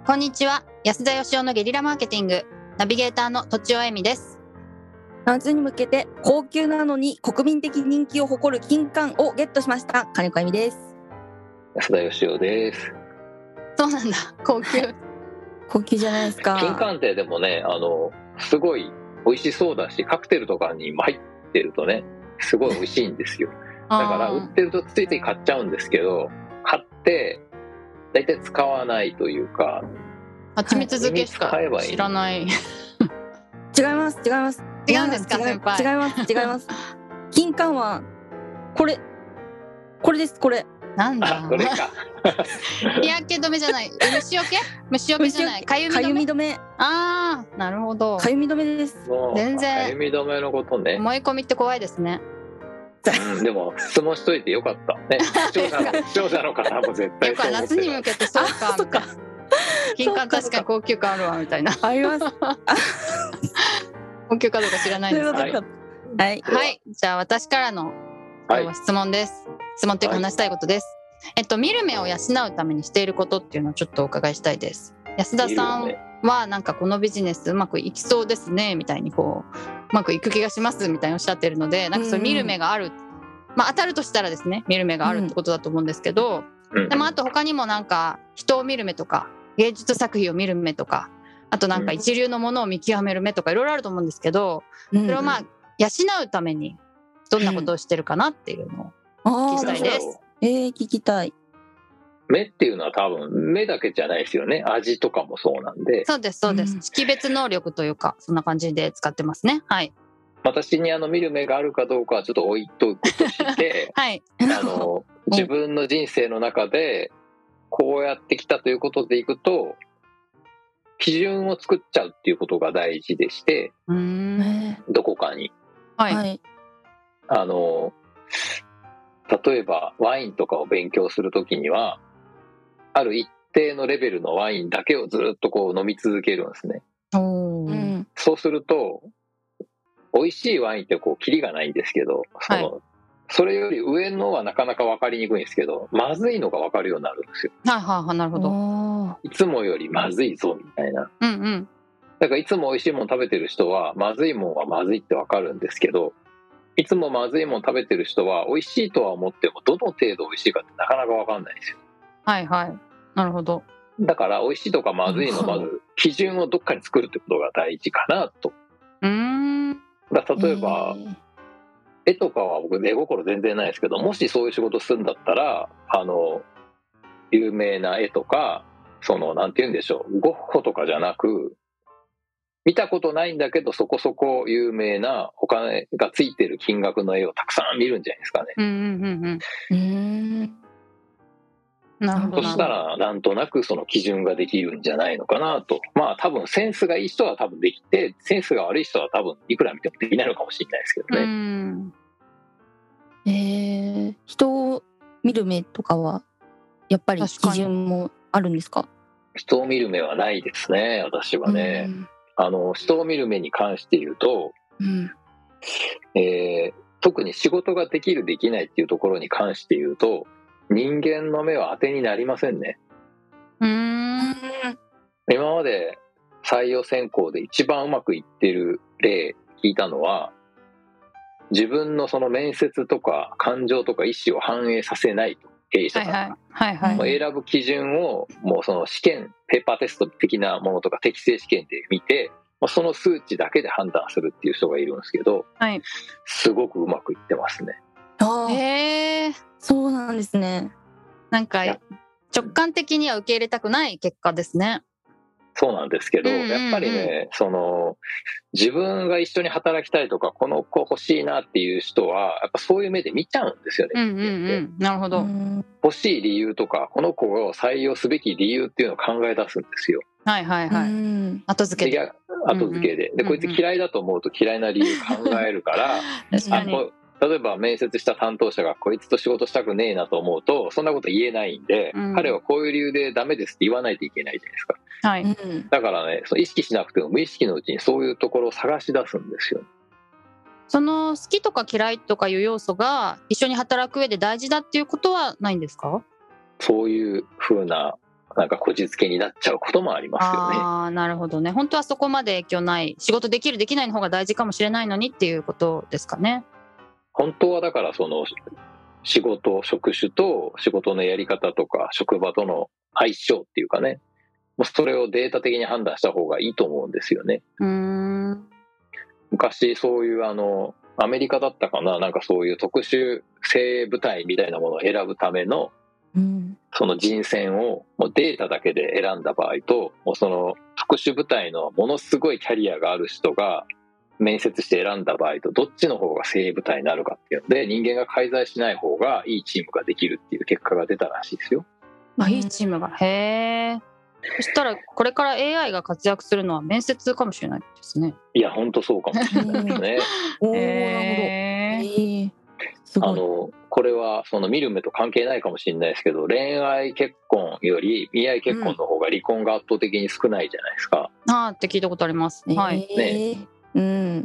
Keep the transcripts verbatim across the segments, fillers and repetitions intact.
こんにちは、安田義雄のゲリラマーケティングナビゲーターのとちおえみです。 夏に向けて高級なのに国民的人気を誇る金柑をゲットしました金子えみです。 安田義雄です。 そうなんだ、高級高級じゃないですか。 金柑ってでもね、あのすごい美味しそうだし、カクテルとかにも入ってるとね、すごい美味しいんですよ。だから売ってるとついつい買っちゃうんですけど、買ってだいたい使わないというか、 蜂蜜漬けしか知らない。 違います違います違うんですか先輩。 違います違います金柑はこれこれですこれなんだこれか日焼け止めじゃない、虫よけ虫よけじゃない、かゆみ止め。かゆみ止め。ああ、なるほど。 かゆみ止めです。 全然かゆみ止めのことね。 思い込みって怖いですね。 うん、でも質問しといてよかったね。視聴者の視聴者の方も絶対そう思ってる。 夏に向けてそうかみたいな。金柑確かに高級感あるわみたいな。 あります高級かどうか知らないんですけど、はい、はい、はい、じゃあ私からの質問です、はい、質問というか話したいことです、はい、えっと見る目を養うためにしていることっていうのをちょっとお伺いしたいです。安田さんはなんかこのビジネスうまくいきそうですねみたいに、こううまくいく気がしますみたいにおっしゃってるので、なんかそれ見る目がある、まあ当たるとしたらですね、見る目があるってことだと思うんですけど、うん、でもあと他にもなんか人を見る目とか芸術作品を見る目とか、あとなんか一流のものを見極める目とかいろいろあると思うんですけど、それをまあ養うためにどんなことをしてるかなっていうのを聞きたいです。 えー、聞きたい。 目っていうのは多分目だけじゃないですよね。味とかもそうなんで。 そうですそうです、うん、識別能力というかそんな感じで使ってますね。はい。 私にあの見る目があるかどうかはちょっと置いとくとして、はい、あの自分の人生の中でこうやってきたということでいくと、基準を作っちゃうっていうことが大事でして、うーん、どこかに、はい、あの例えばワインとかを勉強するときにはある一定のレベルのワインだけをずっとこう飲み続けるんですね。お、うん、そうすると美味しいワインってこうキリがないんですけど、その、はい、それより上のはなかなか分かりにくいんですけど、まずいのが分かるようになるんですよ。 はいはいはい、なるほど。 いつもよりまずいぞみたいな、うんうん、だからいつも美味しいもの食べてる人はまずいものはまずいって分かるんですけど、いつもまずいもの食べてる人は美味しいとは思ってもどの程度美味しいかってなかなか分かんないんですよ。 はいはい、なるほど。 だから美味しいとかまずいのまず基準をどっかに作るってことが大事かなと。うーん、だ例えば、えー絵とかは僕絵心全然ないですけど、もしそういう仕事するんだったら、あの有名な絵とか、そのなんて言うんでしょう、ゴッホとかじゃなく、見たことないんだけどそこそこ有名なお金がついてる金額の絵をたくさん見るんじゃないですかね。うんうんうんうん。なるほど。そしたらなんとなくその基準ができるんじゃないのかなと。まあ多分センスがいい人は多分できて、センスが悪い人は多分いくら見てもできないのかもしれないですけどね。うん、 えー、人を見る目とかはやっぱり基準もあるんですか？ 人を見る目はないですね、私はね。うん、あの人を見る目に関して言うと、うん、えー、特に仕事ができるできないっていうところに関して言うと、人間の目は当てになりませんね。うーん、今まで採用選考で一番うまくいってる例聞いたのは、自分のその面接とか感情とか意思を反映させないと、経営者さんが、はいはいはい、選ぶ基準をもうその試験ペーパーテスト的なものとか適正試験で見て、その数値だけで判断するっていう人がいるんですけど、はい、すごくうまくいってますね。 あ、へー、そうなんですね。 なんか直感的には受け入れたくない結果ですね。 そうなんですけど、うんうんうん、やっぱりね、その自分が一緒に働きたいとかこの子欲しいなっていう人はやっぱそういう目で見ちゃうんですよね。うんうんうん、 なるほど。 欲しい理由とかこの子を採用すべき理由っていうのを考え出すんですよ。 はいはいはい。後付けで。 後付けで、でこいつ嫌いだと思うと嫌いな理由考えるから確かに。 例えば面接した担当者がこいつと仕事したくねえなと思うとそんなこと言えないんで、うん、彼はこういう理由でダメですって言わないといけないじゃないですか。はい、だからね、その意識しなくても無意識のうちにそういうところを探し出すんですよ。 その好きとか嫌いとかいう要素が一緒に働く上で大事だっていうことはないんですか？ そういう風ななんかこじつけになっちゃうこともありますよね。 ああ、なるほどね。本当はそこまで影響ない、仕事できるできないの方が大事かもしれないのにっていうことですかね。 本当はだからその仕事職種と仕事のやり方とか職場との相性っていうかね、それをデータ的に判断した方がいいと思うんですよね。 うーん、 昔そういうあのアメリカだったかな、なんかそういう特殊精鋭部隊みたいなものを選ぶための、うん、その人選をもうデータだけで選んだ場合と、もうその特殊部隊のものすごいキャリアがある人が面接して選んだ場合と、どっちの方が精鋭部隊になるかっていうので、人間が介在しない方がいいチームができるっていう結果が出たらしいですよ。 あ、いいチームが、へー。そしたらこれから エーアイ が活躍するのは面接かもしれないですね。 いや本当そうかもしれないですね。 おー、なるほど。えー、すごい。 あのこれはその見る目と関係ないかもしれないですけど、恋愛結婚より見合い結婚の方が離婚が圧倒的に少ないじゃないですか。 うん、あーって聞いたことあります、はい、 ね、うん、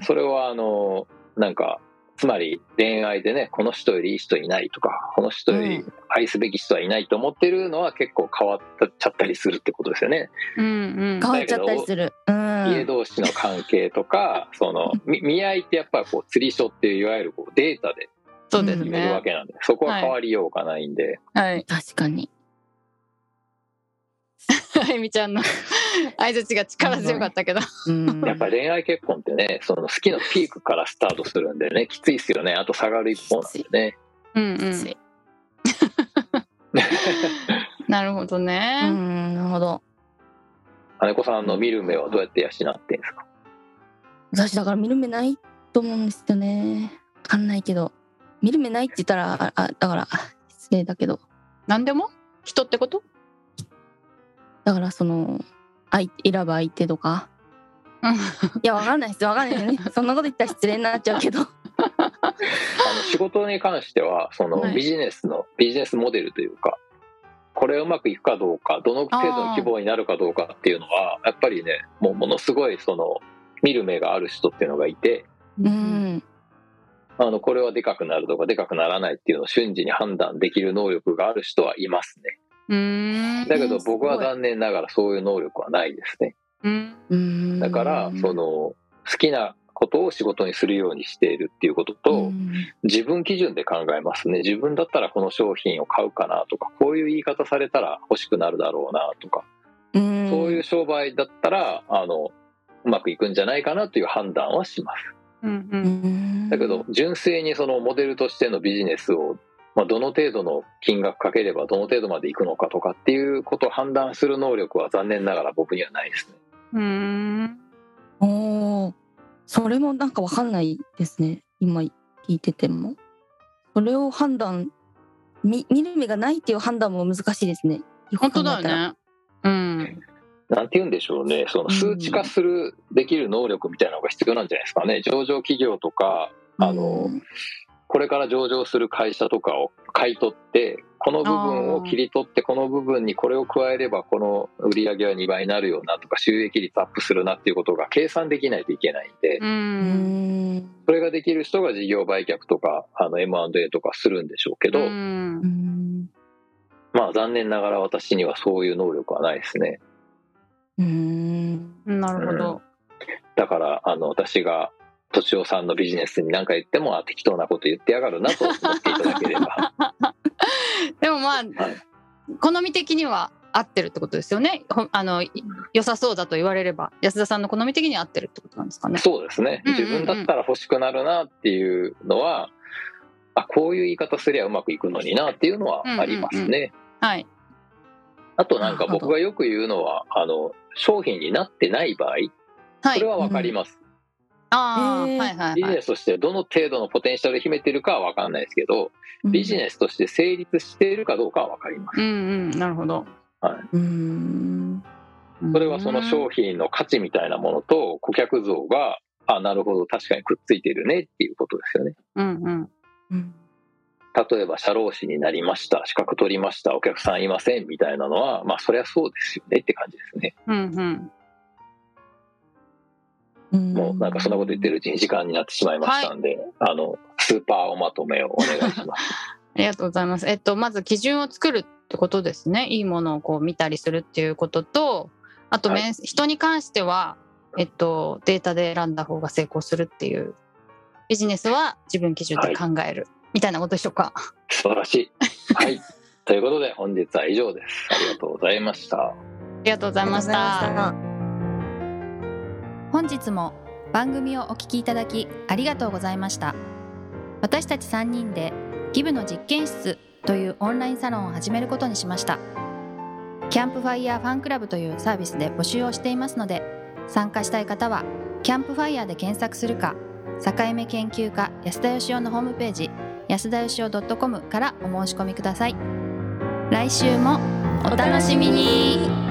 それはあのなんかつまり恋愛でね、この人よりいい人いないとか、この人より愛すべき人はいないと思ってるのは結構変わっちゃったりするってことですよね。 うんうん、 変わっちゃったりする。 うん、家同士の関係とかその見合いってやっぱりこう釣り所っていういわゆるこうデータで決めるわけなんで、そこは変わりようがないんで、 はいはい、 確かに。 あゆみちゃんの相槌が力強かったけど、 うん、やっぱり恋愛結婚ってね、その好きのピークからスタートするんでね、きついですよね。あと下がる一方なんでね。 うんうん、なるほどね。 うん、なるほど。 金子さんの見る目はどうやって養ってんですか？ 私だから見る目ないと思うんですよね。分かんないけど、見る目ないって言ったらああだから失礼だけど、 何でも人ってこと？ だからその選ぶ相手とかいや分かんないです分かんないですね。そんなこと言ったら失礼になっちゃうけどあの仕事に関してはそのビジネスの、はい、ビジネスモデルというか、これうまくいくかどうか、どの程度の規模になるかどうかっていうのはやっぱりね、もうものすごいその見る目がある人っていうのがいて、 うん、 あのこれはでかくなるとかでかくならないっていうのを瞬時に判断できる能力がある人はいますね。 うーん、 だけど僕は残念ながらそういう能力はないですね。 うん、 だからその好きなことを仕事にするようにしているっていうことと、自分基準で考えますね。自分だったらこの商品を買うかなとか、こういう言い方されたら欲しくなるだろうなとか、そういう商売だったらあのうまくいくんじゃないかなという判断はします。 うんうん、 だけど純粋にそのモデルとしてのビジネスを、まあ、どの程度の金額かければどの程度までいくのかとかっていうことを判断する能力は残念ながら僕にはないですね。 うーん、 おー、それもなんか分かんないですね。今聞いててもそれを判断 見, 見る目がないっていう判断も難しいですね。 本当だよね。うん、 なんて言うんでしょうね、その数値化する、うん、できる能力みたいなのが必要なんじゃないですかね。上場企業とかあの、うん、これから上場する会社とかを買い取って、この部分を切り取ってこの部分にこれを加えればこの売り上げはにばいになるよなとか、収益率アップするなっていうことが計算できないといけないんで、 うん、 それができる人が事業売却とかあの エムアンドエー とかするんでしょうけど、うん、まあ残念ながら私にはそういう能力はないですね。 うーん、 なるほど、うん、 だからあの私が敏夫さんのビジネスに何か言ってもあ適当なこと言ってやがるなと思っていただければでもまあ、はい、好み的には合ってるってことですよね。あの良さそうだと言われれば安田さんの好み的には合ってるってことなんですかね。 そうですね、自分だったら欲しくなるなっていうのは、うんうんうん、あこういう言い方すりゃうまくいくのになっていうのはありますね、うんうんうん、 はい。 あとなんか僕がよく言うのはあの商品になってない場合、はい、それは分かります、 うん、あはいはいはい、 ビジネスとしてどの程度のポテンシャルを秘めているかは分かんないですけど、うん、ビジネスとして成立しているかどうかは分かります。 うんうん、なるほど、 はい、 うーん、 それはその商品の価値みたいなものと顧客像があなるほど確かにくっついているねっていうことですよね。 うんうんうん、 例えば社労士になりました、資格取りました、お客さんいませんみたいなのはまあそりゃそうですよねって感じですね。 うんうん、もうなんかそんなこと言ってるうちに時間になってしまいましたんで、はい、あのスーパーおまとめをお願いしますありがとうございます。えっとまず基準を作るってことですね。いいものをこう見たりするっていうことと、あと、はい、人に関しては、えっと、データで選んだ方が成功するっていう、ビジネスは自分基準で考える、はい、みたいなことでしょうか。 素晴らしい。はいということで本日は以上です。ありがとうございました。ありがとうございました。 本日も番組をお聞きいただきありがとうございました。私たちさんにんでギブの実験室というオンラインサロンを始めることにしました。キャンプファイヤーファンクラブというサービスで募集をしていますので、参加したい方はキャンプファイヤーで検索するか、境目研究家安田義雄のホームページ安田義雄 .com からお申し込みください。来週もお楽しみに。